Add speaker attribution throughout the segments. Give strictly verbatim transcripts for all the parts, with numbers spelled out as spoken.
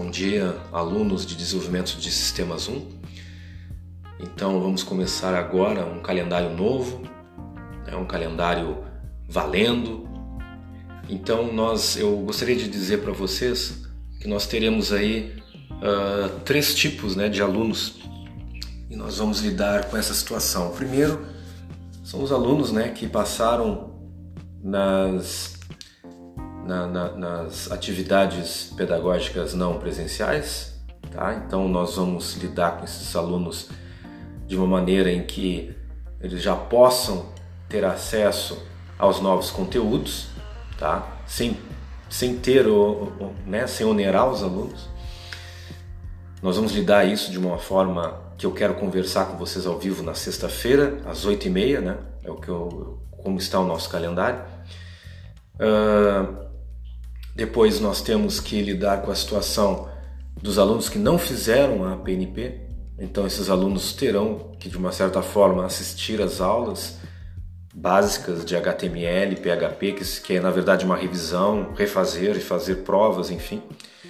Speaker 1: Bom dia, alunos de desenvolvimento de sistemas um. Então vamos começar agora um calendário novo, né, um calendário valendo. Então nós, eu gostaria de dizer para vocês que nós teremos aí uh, três tipos, né, de alunos e nós vamos lidar com essa situação. O primeiro são os alunos, né, que passaram nas Na, na, nas atividades pedagógicas não presenciais, tá? Então nós vamos lidar com esses alunos de uma maneira em que eles já possam ter acesso aos novos conteúdos, tá? Sem, sem ter, né, sem onerar os alunos. Nós vamos lidar isso de uma forma que eu quero conversar com vocês ao vivo na sexta-feira, às oito e meia, né? É o que eu, como está o nosso calendário. Uh, Depois nós temos que lidar com a situação dos alunos que não fizeram a P N P. Então esses alunos terão que, de uma certa forma, assistir às aulas básicas de H T M L, P H P, que é na verdade uma revisão, refazer e fazer provas, enfim.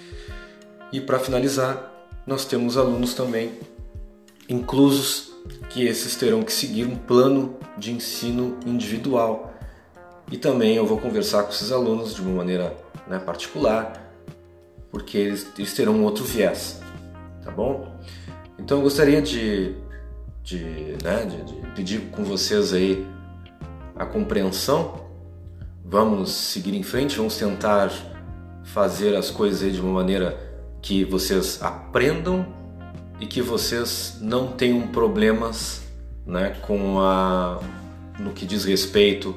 Speaker 1: E para finalizar, nós temos alunos também inclusos, que esses terão que seguir um plano de ensino individual. E também eu vou conversar com esses alunos de uma maneira, né, particular, porque eles, eles terão um outro viés, tá bom? Então eu gostaria de, de, né, de, de pedir com vocês aí a compreensão. Vamos seguir em frente, vamos tentar fazer as coisas aí de uma maneira que vocês aprendam e que vocês não tenham problemas, né, com a, no que diz respeito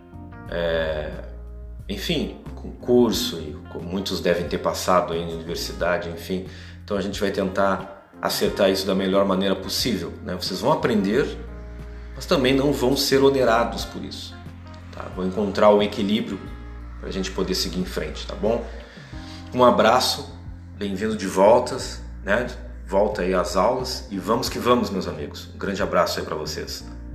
Speaker 1: É, enfim, concurso, e muitos devem ter passado aí na universidade, enfim. Então a gente vai tentar acertar isso da melhor maneira possível, né? Vocês vão aprender, mas também não vão ser onerados por isso, tá? Vão encontrar o equilíbrio para a gente poder seguir em frente, tá bom? Um abraço, bem-vindo de voltas, né? Volta aí às aulas e vamos que vamos, meus amigos. Um grande abraço aí para vocês.